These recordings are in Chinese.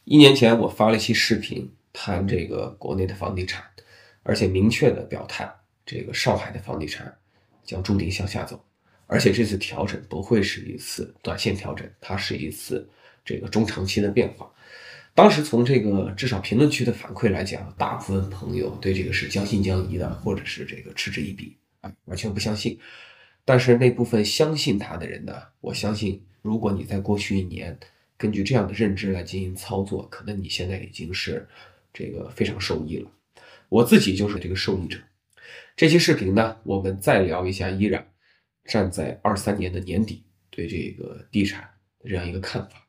1年前我发了一期视频谈这个国内的房地产，而且明确的表态，这个上海的房地产将注定向下走，而且这次调整不会是一次短线调整，它是一次这个中长期的变化。当时从这个至少评论区的反馈来讲，大部分朋友对这个是将信将疑的，或者是这个嗤之以鼻完全不相信。但是那部分相信他的人呢，我相信如果你在过去1年根据这样的认知来进行操作，可能你现在已经是这个非常受益了。我自己就是这个受益者。这期视频呢，我们再聊一下依然站在23年的年底对这个地产的这样一个看法。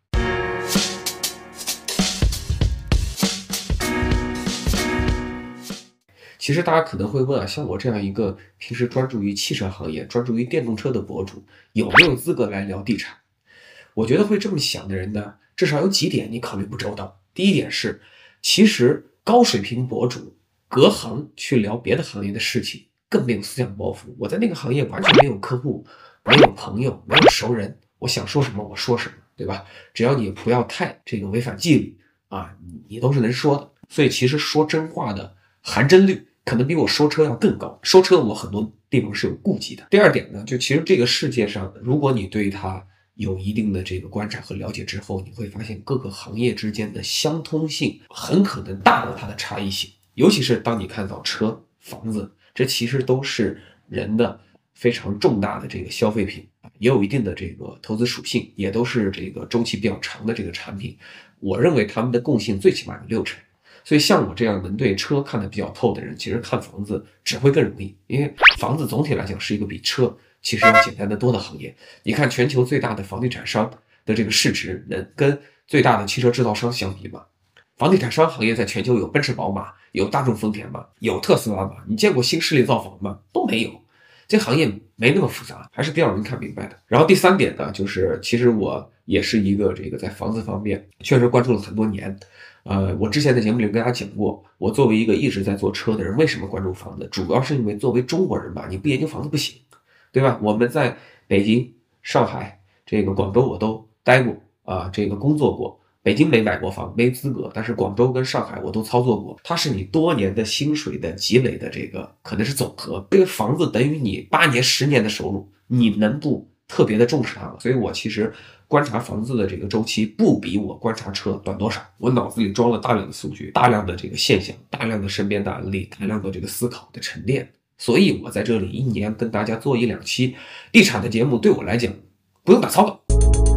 其实大家可能会问像我这样一个平时专注于汽车行业、专注于电动车的博主，有没有资格来聊地产？我觉得会这么想的人呢，至少有几点你考虑不周到。第一点是，其实高水平博主隔行去聊别的行业的事情，更没有思想包袱。我在那个行业完全没有客户，没有朋友，没有熟人，我想说什么我说什么，对吧？只要你不要太这个违反纪律你都是能说的。所以其实说真话的含真率可能比我说车要更高。说车我很多地方是有顾忌的。第二点呢，就其实这个世界上，如果你对它有一定的这个观察和了解之后，你会发现各个行业之间的相通性很可能大过它的差异性。尤其是当你看到车、房子，这其实都是人的非常重大的这个消费品，也有一定的这个投资属性，也都是这个周期比较长的这个产品。我认为他们的共性最起码有60%。所以像我这样能对车看得比较透的人，其实看房子只会更容易，因为房子总体来讲是一个比车其实要简单的多的行业。你看全球最大的房地产商的这个市值能跟最大的汽车制造商相比吗？房地产商行业在全球有奔驰宝马，有大众丰田吗？有特斯拉吗？你见过新势力造房吗？都没有。这行业没那么复杂，还是比较容易看明白的。然后第三点呢，就是其实我也是一个这个在房子方面确实关注了很多年。我之前在节目里跟大家讲过，我作为一个一直在做车的人，为什么关注房子？主要是因为作为中国人吧，你不研究房子不行，对吧？我们在北京、上海、这个广州我都待过这个工作过。北京没买过房，没资格，但是广州跟上海我都操作过。它是你多年的薪水的积累的这个可能是总和。这个房子等于你8年、10年的收入，你能不特别的重视它吗？所以我其实观察房子的这个周期不比我观察车短多少。我脑子里装了大量的数据，大量的这个现象，大量的身边的案例，大量的这个思考的沉淀。所以我在这里1年跟大家做1-2期地产的节目，对我来讲不用打草稿。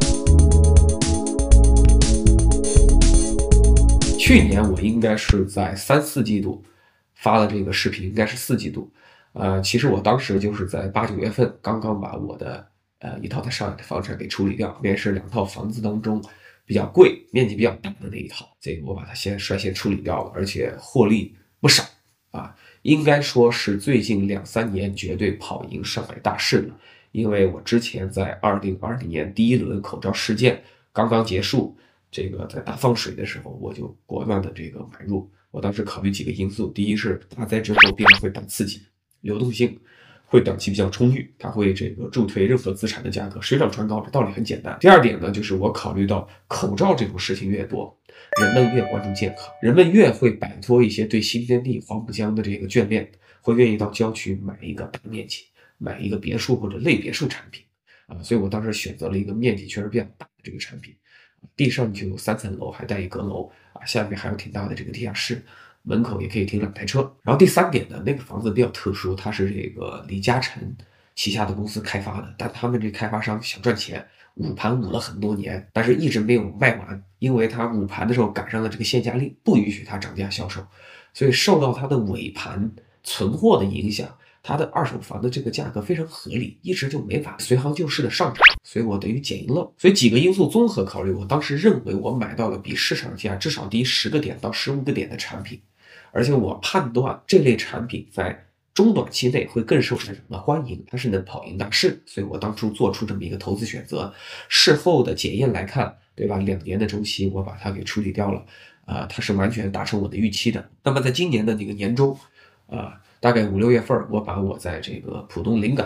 去年我应该是在3、4季度发了这个视频，应该是4季度。其实我当时就是在8、9月份刚刚把我的一套在上海的房产给处理掉，便是2套房子当中比较贵、面积比较大的那一套，这个我把它率先处理掉了，而且获利不少应该说是最近2、3年绝对跑赢上海大势的。因为我之前在2020年第1轮口罩事件刚刚结束，这个在大放水的时候，我就果断的这个买入。我当时考虑几个因素，第一是大灾之后必然会大刺激，流动性会短期比较充裕，它会这个助推任何资产的价格水涨船高，这道理很简单。第二点呢，就是我考虑到口罩这种事情越多，人们越关注健康，人们越会摆脱一些对新天地、黄浦江的这个眷恋，会愿意到郊区买一个大面积，买一个别墅或者类别墅产品所以我当时选择了一个面积确实比较大的这个产品。地上就有3层楼，还带一阁楼下面还有挺大的这个地下室，门口也可以停2台车。然后第三点呢，那个房子比较特殊，它是这个李嘉诚旗下的公司开发的，但他们这开发商想赚钱，捂盘捂了很多年，但是一直没有卖完，因为他捂盘的时候赶上了这个限价令，不允许他涨价销售，所以受到他的尾盘存货的影响，它的二手房的这个价格非常合理，一直就没法随行就市的上涨，所以我等于捡一漏。所以几个因素综合考虑，我当时认为我买到了比市场价至少低10个点到15个点的产品，而且我判断这类产品在中短期内会更受市场的欢迎，它是能跑赢大势，所以我当初做出这么一个投资选择。事后的检验来看，对吧，2年的周期我把它给处理掉了它是完全达成我的预期的。那么在今年的这个年中大概5、6月份，我把我在这个浦东临港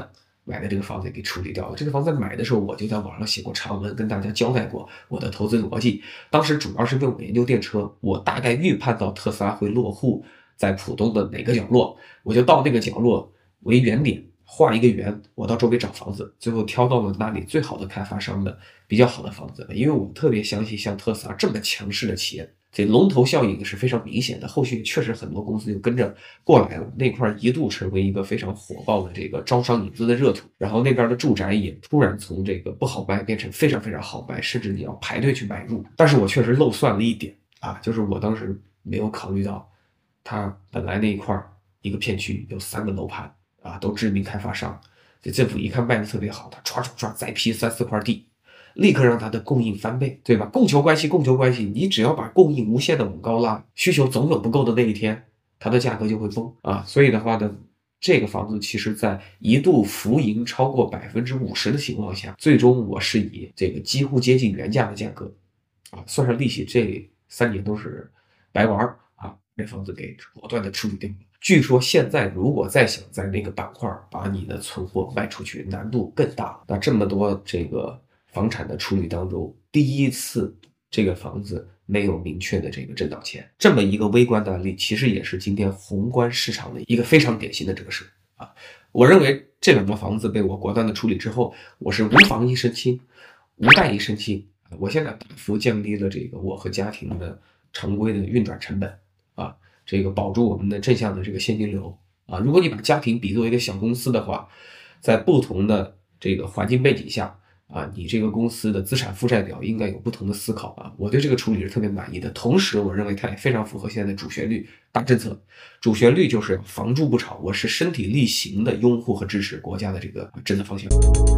买的这个房子给处理掉了。这个房子买的时候，我就在网上写过长文，跟大家交代过我的投资逻辑。当时主要是因为我研究电车，我大概预判到特斯拉会落户在浦东的哪个角落，我就到那个角落为原点，画一个圆，我到周围找房子，最后挑到了那里最好的开发商的比较好的房子。因为我特别相信像特斯拉这么强势的企业，这龙头效应是非常明显的，后续确实很多公司就跟着过来了，那块一度成为一个非常火爆的这个招商引资的热土，然后那边的住宅也突然从这个不好卖变成非常非常好卖，甚至你要排队去买入。但是我确实漏算了一点啊，就是我当时没有考虑到它本来那一块一个片区有3个楼盘啊，都知名开发商，这政府一看卖的特别好，他唰再批3、4块地，立刻让它的供应翻倍，对吧？供求关系，你只要把供应无限的往高拉，需求总有不够的那一天，它的价格就会崩啊。所以的话呢，这个房子其实在一度浮盈超过50%的情况下，最终我是以这个几乎接近原价的价格啊，算上利息，这3年都是白玩啊，这房子给果断的处理掉了。据说现在如果再想在那个板块把你的存货卖出去，难度更大。那这么多这个房产的处理当中，第一次这个房子没有明确的这个挣到钱，这么一个微观的案例，其实也是今天宏观市场的一个非常典型的折射啊。我认为这2个房子被我果断的处理之后，我是无房一身轻，无贷一身轻。我现在大幅降低了这个我和家庭的常规的运转成本啊，这个保住我们的正向的这个现金流啊。如果你把家庭比作一个小公司的话，在不同的这个环境背景下啊，你这个公司的资产负债表应该有不同的思考啊。我对这个处理是特别满意的，同时我认为它也非常符合现在的主旋律大政策。主旋律就是房住不炒，我是身体力行的拥护和支持国家的这个政策方向。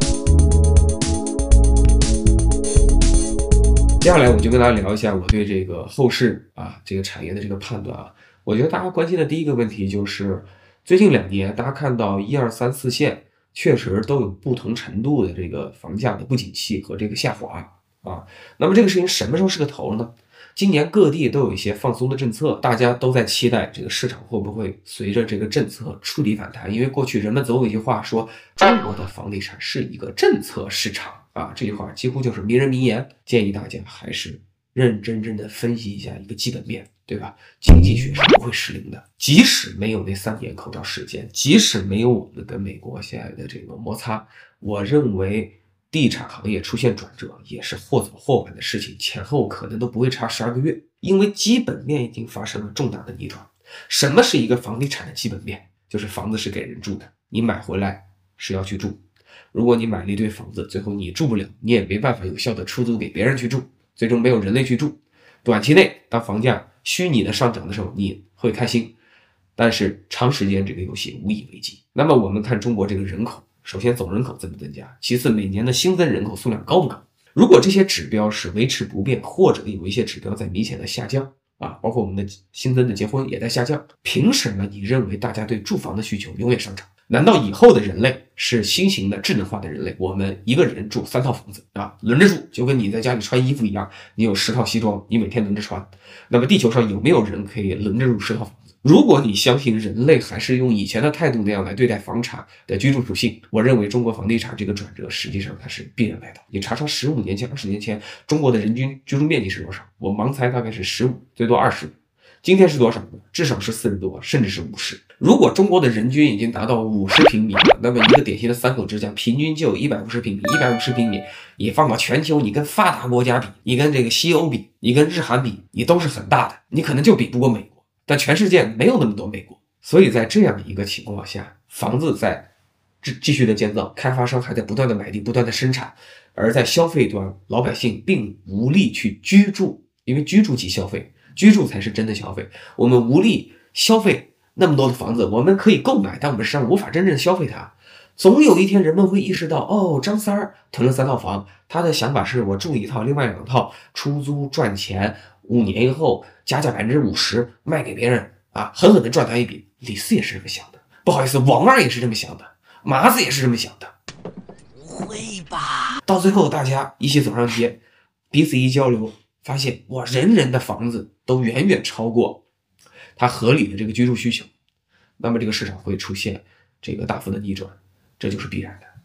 接下来我就跟大家聊一下我对这个后市啊这个产业的这个判断啊。我觉得大家关心的第一个问题就是最近2年大家看到1、2、3、4线确实都有不同程度的这个房价的不景气和这个下滑啊。那么这个事情什么时候是个头呢？今年各地都有一些放松的政策，大家都在期待这个市场会不会随着这个政策触底反弹。因为过去人们总有一句话说，中国的房地产是一个政策市场啊，这句话几乎就是名人名言。建议大家还是认真的分析一下一个基本面，对吧？经济学是不会失灵的，即使没有那3年口罩事件，即使没有我们跟美国现在的这个摩擦，我认为地产行业出现转折也是或早或晚的事情，前后可能都不会差12个月，因为基本面已经发生了重大的逆转。什么是一个房地产的基本面？就是房子是给人住的，你买回来是要去住。如果你买了一堆房子，最后你住不了，你也没办法有效的出租给别人去住，最终没有人类去住。短期内当房价虚拟的上涨的时候，你会开心，但是长时间这个游戏无以为继。那么我们看中国这个人口，首先总人口增不增加，其次每年的新增人口数量高不高。如果这些指标是维持不变，或者有一些指标在明显的下降啊，包括我们的新增的结婚也在下降，凭什么你认为大家对住房的需求永远上涨？难道以后的人类是新型的智能化的人类，我们一个人住3套房子啊，轮着住，就跟你在家里穿衣服一样，你有10套西装，你每天轮着穿。那么地球上有没有人可以轮着住10套房子？如果你相信人类还是用以前的态度那样来对待房产的居住属性，我认为中国房地产这个转折实际上它是必然来的。你查查15年前、20年前中国的人均居住面积是多少？我盲猜大概是15，最多20。今天是多少呢？至少是40多，甚至是50。如果中国的人均已经达到50平米了，那么一个典型的3口之家平均就有150平米，150平米你放到全球，你跟发达国家比，你跟这个西欧比，你跟日韩比，你都是很大的，你可能就比不过美国，但全世界没有那么多美国。所以在这样一个情况下，房子在继续的建造，开发商还在不断的买地，不断的生产，而在消费端老百姓并无力去居住，因为居住即消费，居住才是真的消费。我们无力消费那么多的房子，我们可以购买，但我们实际上无法真正消费它。总有一天人们会意识到，哦，张三儿囤了3套房，他的想法是我住一套，另外2套出租赚钱，5年以后加价50%卖给别人啊，狠狠的赚他一笔。李四也是这么想的，不好意思，王二也是这么想的，麻子也是这么想的。 不会吧？ 到最后大家一起走上街，彼此一交流，发现哇，人人的房子都远远超过它合理的这个居住需求，那么这个市场会出现这个大幅的逆转，这就是必然的。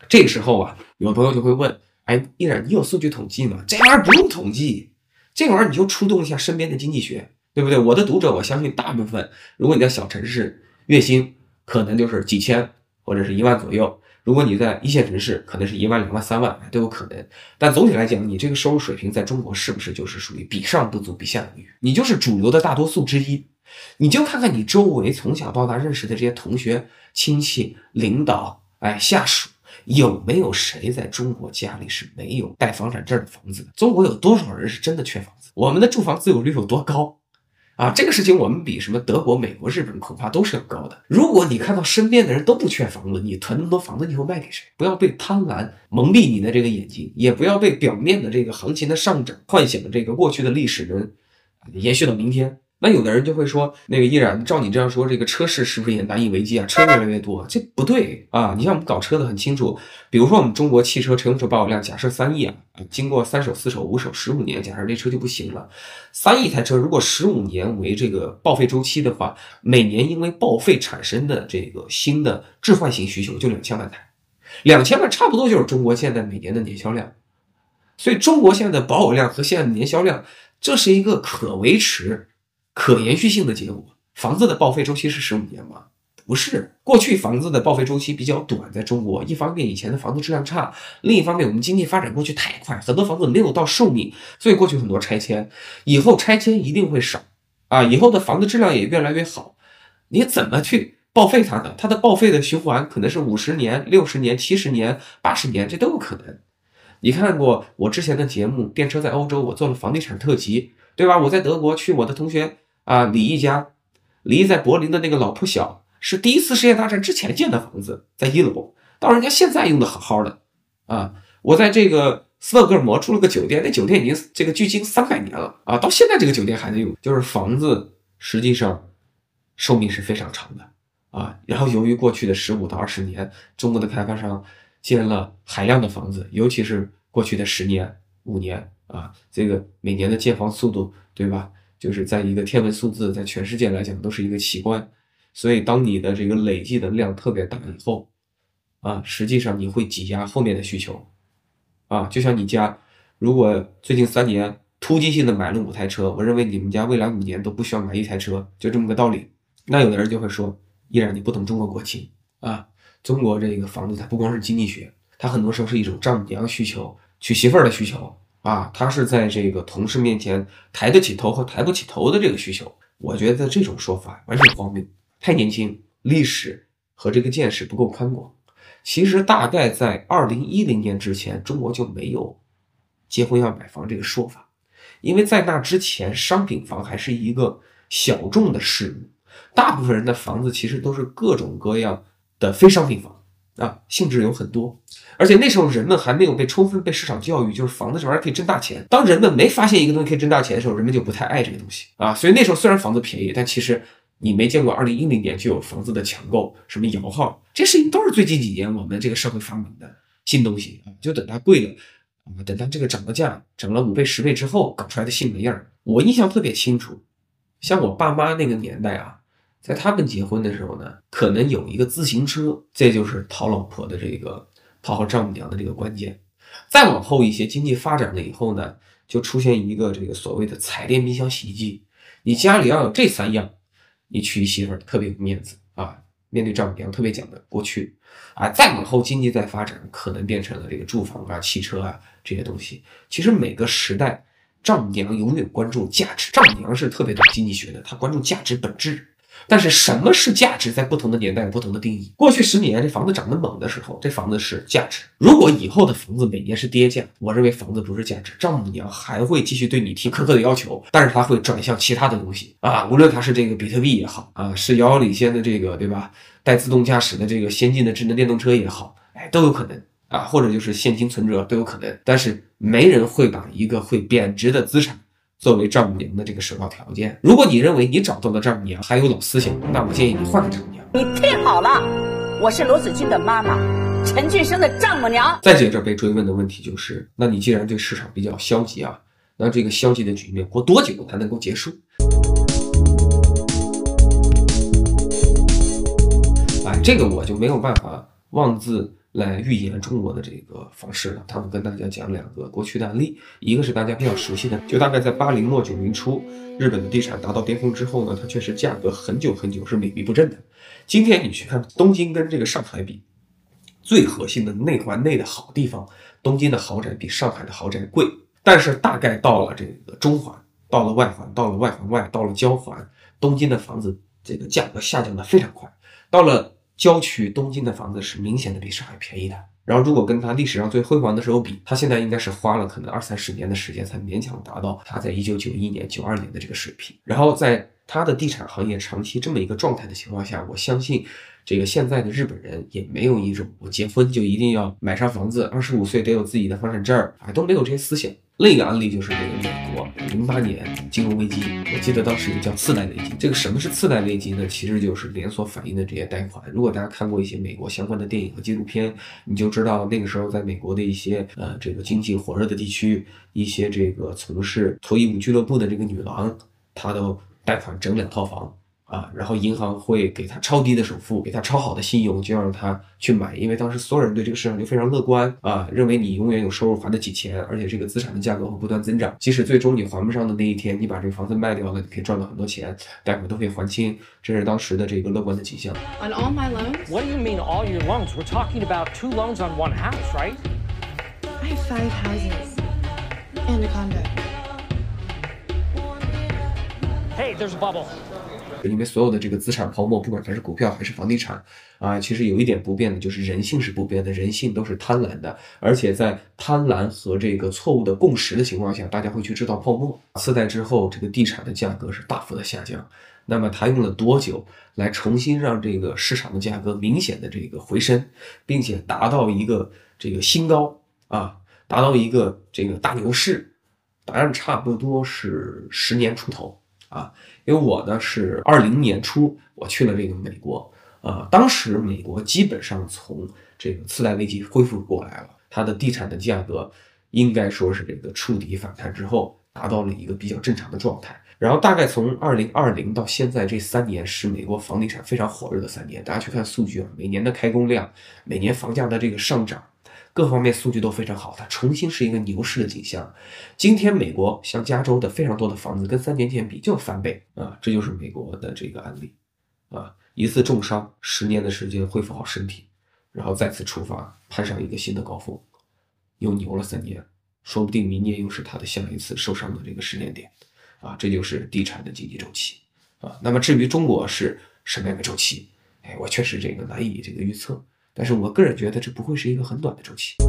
这个时候啊，有的朋友就会问，哎，依然你有数据统计吗？这玩意儿不用统计，这玩意儿你就出动一下身边的经济学，对不对？我的读者我相信大部分，如果你在小城市，月薪可能就是几千或者是1万左右，如果你在一线城市，可能是1万、2万、3万都有可能。但总体来讲，你这个收入水平在中国是不是就是属于比上不足，比下有余？你就是主流的大多数之一。你就看看你周围从小到大认识的这些同学、亲戚、领导、下属，有没有谁在中国家里是没有带房产证的房子的？中国有多少人是真的缺房子？我们的住房自有率有多高？这个事情我们比什么德国、美国、日本恐怕都是要高的。如果你看到身边的人都不缺房子，你囤那么多房子以后卖给谁？不要被贪婪蒙蔽你的这个眼睛，也不要被表面的这个行情的上涨幻想这个过去的历史能延续到明天。那有的人就会说，那个依然照你这样说，这个车市是不是也难以为继啊？车越来越多，这不对啊！你像我们搞车的很清楚，比如说我们中国汽车乘用车保有量假设3亿经过3手、4手、5手、15年，假设这车就不行了。3亿台车，如果15年为这个报废周期的话，每年因为报废产生的这个新的置换型需求就2000万台，2000万差不多就是中国现在每年的年销量。所以中国现在的保有量和现在的年销量，这是一个可维持、可延续性的结果。房子的报废周期是15年吗？不是。过去房子的报废周期比较短，在中国，一方面以前的房子质量差，另一方面我们经济发展过去太快，很多房子没有到寿命，所以过去很多拆迁，以后拆迁一定会少以后的房子质量也越来越好。你怎么去报废它呢？它的报废的循环可能是50年、60年、70年、80年，这都有可能。你看过我之前的节目《电车在欧洲》，我做了房地产特辑，对吧？我在德国去我的同学李毅家，李毅在柏林的那个老破小，是第一次世界大战之前建的房子，在1楼，到人家现在用的好好的我在这个斯德哥尔摩住了个酒店，那酒店已经这个距今300年了到现在这个酒店还在用。就是房子实际上寿命是非常长的然后由于过去的15到20年，中国的开发商建了海量的房子，尤其是过去的10年、5年这个每年的建房速度，对吧？就是在一个天文数字，在全世界来讲都是一个奇观。所以当你的这个累计的量特别大以后实际上你会挤压后面的需求就像你家如果最近3年突击性的买了5台车，我认为你们家未来5年都不需要买1台车，就这么个道理。那有的人就会说，依然你不懂中国国情中国这个房子它不光是经济学，它很多时候是一种丈母娘需求、娶媳妇儿的需求它是在这个同事面前抬得起头和抬不起头的这个需求。我觉得这种说法完全荒谬，太年轻，历史和这个见识不够宽广。其实大概在2010年之前，中国就没有结婚要买房这个说法，因为在那之前商品房还是一个小众的事物，大部分人的房子其实都是各种各样的非商品房性质有很多。而且那时候人们还没有被充分被市场教育，就是房子这玩意儿可以挣大钱。当人们没发现一个东西可以挣大钱的时候，人们就不太爱这个东西所以那时候虽然房子便宜，但其实你没见过2010年就有房子的抢购，什么摇号，这事情都是最近几年我们这个社会发明的新东西就等它贵了等它这个涨了价，涨了5倍10倍之后搞出来的新纹样。我印象特别清楚，像我爸妈那个年代在他们结婚的时候呢，可能有一个自行车，这就是讨老婆的这个讨好丈母娘的这个关键。再往后一些经济发展了以后呢，就出现一个这个所谓的彩电、冰箱、洗衣机。你家里要有这3样，你娶一媳妇儿特别有面子面对丈母娘特别讲的过去再往后经济再发展，可能变成了这个住房汽车这些东西。其实每个时代丈母娘永远关注价值，丈母娘是特别懂经济学的，她关注价值本质。但是什么是价值，在不同的年代有不同的定义。过去10年这房子涨得猛的时候，这房子是价值。如果以后的房子每年是跌价，我认为房子不是价值，丈母娘还会继续对你提苛刻的要求，但是她会转向其他的东西无论它是这个比特币也好是遥遥领先的这个对吧带自动驾驶的这个先进的智能电动车也好都有可能或者就是现金存折都有可能。但是没人会把一个会贬值的资产作为丈母娘的这个首要条件。如果你认为你找到了丈母娘还有老思想，那我建议你换个丈母娘。 你听好了，我是罗子君的妈妈，陈俊生的丈母娘。 再接着被追问的问题就是，那你既然对市场比较消极那这个消极的局面过多久才能够结束？这个我就没有办法妄自来预言中国的这个房市了。他们跟大家讲2个过去的案例，一个是大家比较熟悉的，就大概在80末90初，日本的地产达到巅峰之后呢，它确实价格很久是萎靡不振的。今天你去看东京跟这个上海比，最核心的内环内的好地方，东京的豪宅比上海的豪宅贵，但是大概到了这个中环，到了外环，到了外环外，到了交环，东京的房子这个价格下降的非常快，到了郊区，东京的房子是明显的比上海便宜的。然后如果跟它历史上最辉煌的时候比，它现在应该是花了可能20-30年的时间才勉强达到它在1991年、92年的这个水平。然后在它的地产行业长期这么一个状态的情况下，我相信这个现在的日本人也没有一种我结婚就一定要买上房子，25岁得有自己的房产证都没有这些思想。另一个案例就是这个美国08年金融危机，我记得当时也叫次贷危机。这个什么是次贷危机呢？其实就是连锁反应的这些贷款。如果大家看过一些美国相关的电影和纪录片，你就知道那个时候在美国的一些这个经济火热的地区，一些这个从事脱衣舞俱乐部的这个女郎，她都贷款整2套房然后银行会给他超低的首付，给他超好的信用，就让他去买，因为当时所有人对这个市场就非常乐观认为你永远有收入还得起钱，而且这个资产的价格会不断增长，即使最终你还不上的那一天，你把这个房子卖掉了，你可以赚到很多钱，贷款都可以还清，这是当时的这个乐观的景象。 On all my loans? What do you mean all your loans? We're talking about 2 loans on 1 house, right? I have 5 houses and a condo. Hey, there's a bubble. 因为所有的这个资产泡沫，不管它是股票还是房地产其实有一点不变的，就是人性是不变的，人性都是贪婪的，而且在贪婪和这个错误的共识的情况下，大家会去制造泡沫。次贷之后，这个地产的价格是大幅的下降，那么它用了多久来重新让这个市场的价格明显的这个回升，并且达到一个这个新高达到一个这个大牛市？答案差不多是10年出头因为我呢是20年初我去了这个美国当时美国基本上从这个次贷危机恢复过来了，它的地产的价格应该说是这个触底反弹之后达到了一个比较正常的状态。然后大概从2020到现在这3年是美国房地产非常火热的3年，大家去看数据每年的开工量，每年房价的这个上涨，各方面数据都非常好，它重新是一个牛市的景象。今天美国像加州的非常多的房子跟3年前比就翻倍这就是美国的这个案例一次重伤10年的时间恢复好身体，然后再次出发攀上一个新的高峰，又牛了3年，说不定明年又是他的下一次受伤的这个时间点这就是地产的经济周期那么至于中国是什么样的周期，我确实这个难以这个预测，但是我个人觉得这不会是一个很短的周期。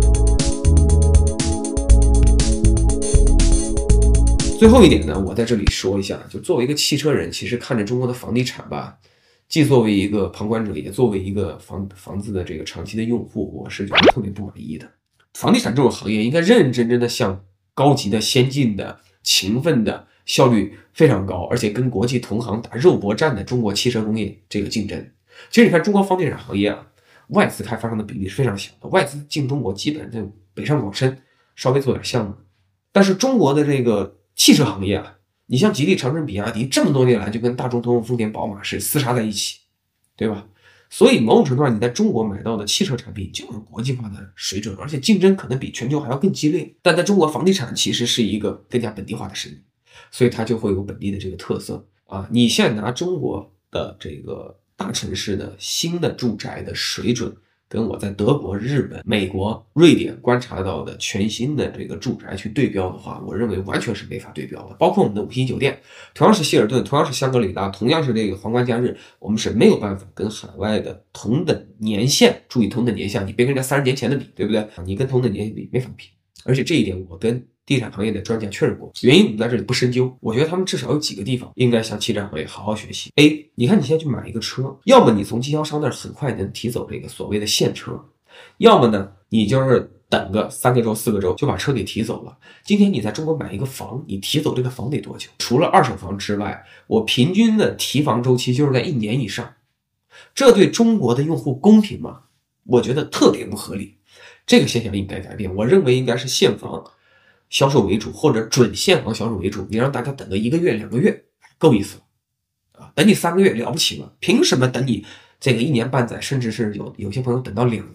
最后一点呢，我在这里说一下，就作为一个汽车人，其实看着中国的房地产吧，既作为一个旁观者，也作为一个房子的这个长期的用户，我是觉得特别不满意的。房地产这种行业应该认认真真的向高级的、先进的、勤奋的、效率非常高，而且跟国际同行打肉搏战的中国汽车工业这个竞争。其实你看中国房地产行业外资开发商的比例是非常小的，外资进中国基本就北上广深稍微做点项目，但是中国的这个汽车行业你像吉利、长城、比亚迪这么多年来就跟大众、通用、丰田、宝马是厮杀在一起，对吧？所以某种程度上你在中国买到的汽车产品就是国际化的水准，而且竞争可能比全球还要更激烈。但在中国房地产其实是一个更加本地化的生意，所以它就会有本地的这个特色你现在拿中国的这个大城市的新的住宅的水准，跟我在德国、日本、美国、瑞典观察到的全新的这个住宅去对标的话，我认为完全是没法对标的。包括我们的5星酒店，同样是希尔顿，同样是香格里拉，同样是这个皇冠假日，我们是没有办法跟海外的同等年限，注意同等年限，你别跟人家30年前的比，对不对？你跟同等年限比没法比。而且这一点我跟地产行业的专家确认过，原因我们在这里不深究，我觉得他们至少有几个地方应该向汽车行业好好学习。A， 你看你现在去买一个车，要么你从经销商那儿很快能提走这个所谓的现车，要么呢你就是等个3个周4个周就把车给提走了。今天你在中国买一个房，你提走这个房得多久？除了二手房之外，我平均的提房周期就是在1年以上，这对中国的用户公平吗？我觉得特别不合理。这个现象应该改变，我认为应该是现房销售为主，或者准现房销售为主。你让大家等个1个月2个月够意思了等你3个月了不起了，凭什么等你这个1年半载，甚至是有些朋友等到2年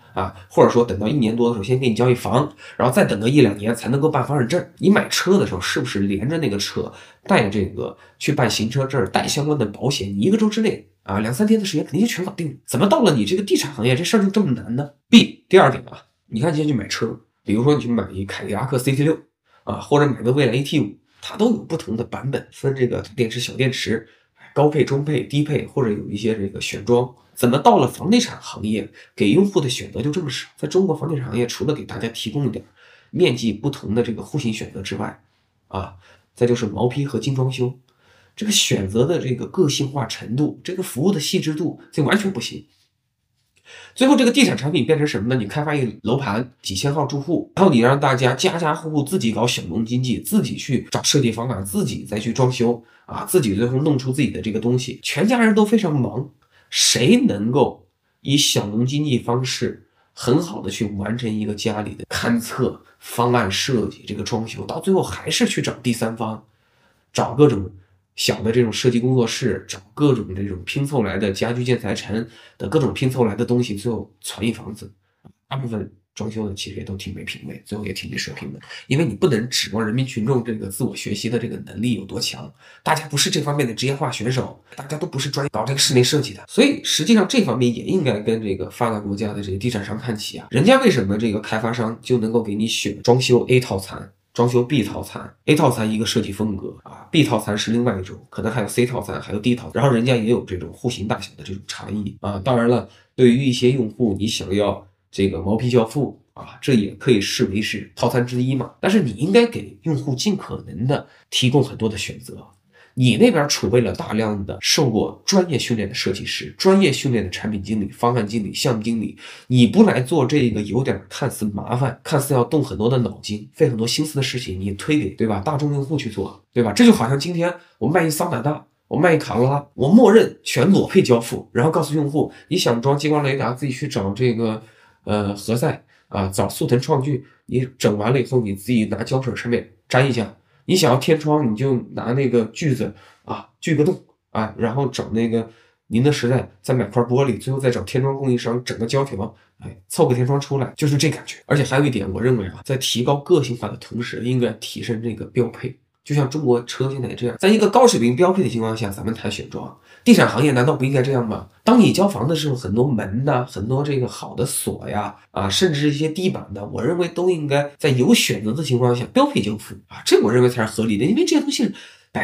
啊，或者说等到1年多的时候先给你交易房，然后再等个1-2年才能够办房产证。你买车的时候是不是连着那个车带这个去办行车证，带相关的保险，你1个周之内啊2-3天的时间肯定就全搞定了。怎么到了你这个地产行业这事儿就这么难呢？ B 第二点啊，你看今天去买车，比如说你去买一凯迪拉克 CT6 啊，或者买个蔚来 ET5，它都有不同的版本，分这个电池、小电池、高配、中配、低配，或者有一些这个选装。怎么到了房地产行业，给用户的选择就这么少？在中国房地产行业，除了给大家提供一点面积不同的这个户型选择之外，啊，再就是毛坯和精装修，这个选择的这个个性化程度，这个服务的细致度，这完全不行。最后这个地产产品变成什么呢？你开发一个楼盘几千号住户，然后你让大家家家户户自己搞小农经济，自己去找设计方法，自己再去装修啊，自己最后弄出自己的这个东西，全家人都非常忙，谁能够以小农经济方式很好的去完成一个家里的勘测、方案设计、这个装修，到最后还是去找第三方，找各种小的这种设计工作室，找各种这种拼凑来的家居建材城的各种拼凑来的东西，最后传一房子。大部分装修的其实也都挺没品位，最后也挺没水平的，因为你不能指望人民群众这个自我学习的这个能力有多强，大家不是这方面的职业化选手，大家都不是专业搞这个室内设计的，所以实际上这方面也应该跟这个发达国家的这个地产商看齐啊。人家为什么这个开发商就能够给你选装修 A 套餐，装修 B 套餐 ，A 套餐一个设计风格啊 ，B 套餐是另外一种，可能还有 C 套餐，还有 D 套餐，然后人家也有这种户型大小的这种差异啊。当然了，对于一些用户，你想要这个毛坯交付啊，这也可以视为是套餐之一嘛。但是你应该给用户尽可能的提供很多的选择。你那边储备了大量的受过专业训练的设计师、专业训练的产品经理、方案经理、项目经理，你不来做这个有点看似麻烦、看似要动很多的脑筋、费很多心思的事情，你推给对吧大众用户去做，对吧？这就好像今天我卖一桑塔纳，我卖一卡罗拉，我默认全裸配交付，然后告诉用户，你想装激光雷达，自己去找这个何塞啊，找速腾创具，你整完了以后，你自己拿胶水上面粘一下。你想要天窗，你就拿那个锯子啊锯个洞啊，然后找那个宁德时代再买块玻璃，最后再找天窗供应商整个胶条，哎，凑个天窗出来，就是这感觉。而且还有一点，我认为啊，在提高个性化的同时，应该提升这个标配。就像中国车现在这样，在一个高水平标配的情况下，咱们谈选装。地产行业难道不应该这样吗？当你交房的时候，很多门呐，很多这个好的锁呀，甚至一些地板的，我认为都应该在有选择的情况下标配交付啊，这我认为才是合理的。因为这些东西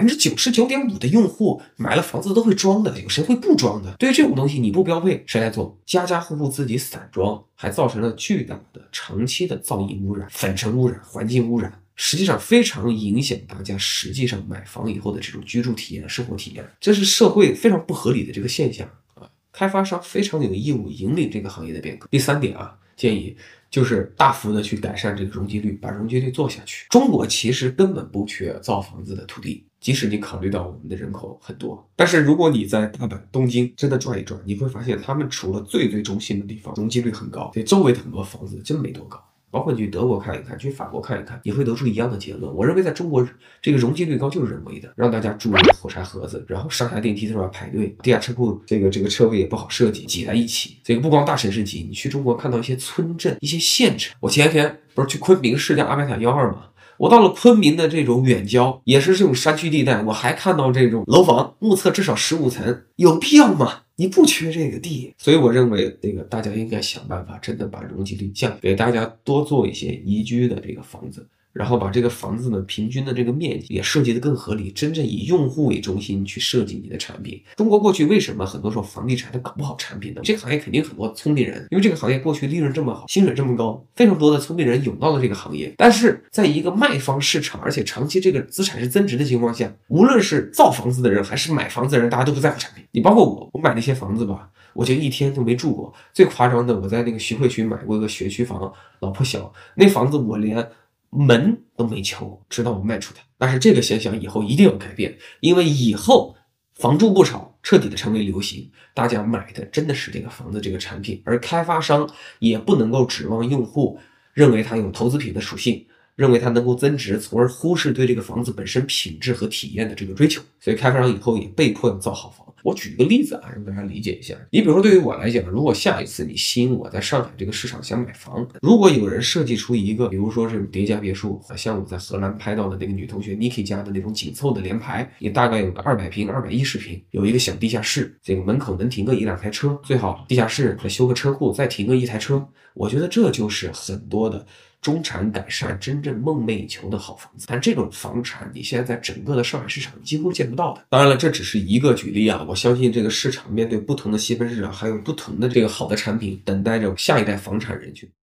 99.5%的用户买了房子都会装的，有谁会不装的？对于这种东西你不标配，谁来做？家家户户自己散装，还造成了巨大的长期的噪音污染、粉尘污染、环境污染。实际上非常影响大家实际上买房以后的这种居住体验、生活体验，这是社会非常不合理的这个现象啊！开发商非常有义务引领这个行业的变革。第三点啊，建议就是大幅的去改善这个容积率，把容积率做下去。中国其实根本不缺造房子的土地，即使你考虑到我们的人口很多，但是如果你在大阪、东京真的转一转，你会发现他们除了最中心的地方容积率很高，对周围的很多房子真没多高。包括你去德国看一看，去法国看一看，你会得出一样的结论。我认为在中国这个容积率高就是人为的，让大家住火柴盒子，然后上下电梯都要排队，地下车库这个车位也不好设计，挤在一起。这个不光大城市挤，你去中国看到一些村镇、一些县城。我前天不是去昆明试驾阿迈塔12吗？我到了昆明的这种远郊，也是这种山区地带，我还看到这种楼房目测至少15层，有必要吗？你不缺这个地，所以我认为这个大家应该想办法，真的把容积率降，给大家多做一些宜居的这个房子，然后把这个房子呢平均的这个面积也设计得更合理，真正以用户为中心去设计你的产品。中国过去为什么很多时候房地产它搞不好产品呢？这个行业肯定很多聪明人，因为这个行业过去利润这么好，薪水这么高，非常多的聪明人涌到了这个行业。但是在一个卖方市场，而且长期这个资产是增值的情况下，无论是造房子的人还是买房子的人，大家都不在乎产品。你包括我买那些房子吧，我就一天都没住过。最夸张的，我在那个徐汇区买过一个学区房，老破小，那房子我连门都没敲过，直到我卖出它。但是这个现象以后一定要改变，因为以后房住不炒彻底的成为流行，大家买的真的是这个房子这个产品，而开发商也不能够指望用户认为它有投资品的属性，认为它能够增值，从而忽视对这个房子本身品质和体验的这个追求。所以开发商以后也被迫要造好房。 我举一个例子啊，让大家理解一下。你比如说对于我来讲，如果下一次你吸引我在上海这个市场想买房，如果有人设计出一个比如说是叠加别墅，像我在荷兰拍到的那个女同学 Niki 家的那种紧凑的联排，也大概有个200平210平，有一个小地下室，这个门口能停个1-2台车，最好地下室再修个车库，再停个1台车，我觉得这就是很多的中产改善真正梦寐以求的好房子。但这种房产你现在在整个的上海市场几乎见不到的。当然了，这只是一个举例啊，我相信这个市场面对不同的细分市场，还有不同的这个好的产品等待着下一代房产人群。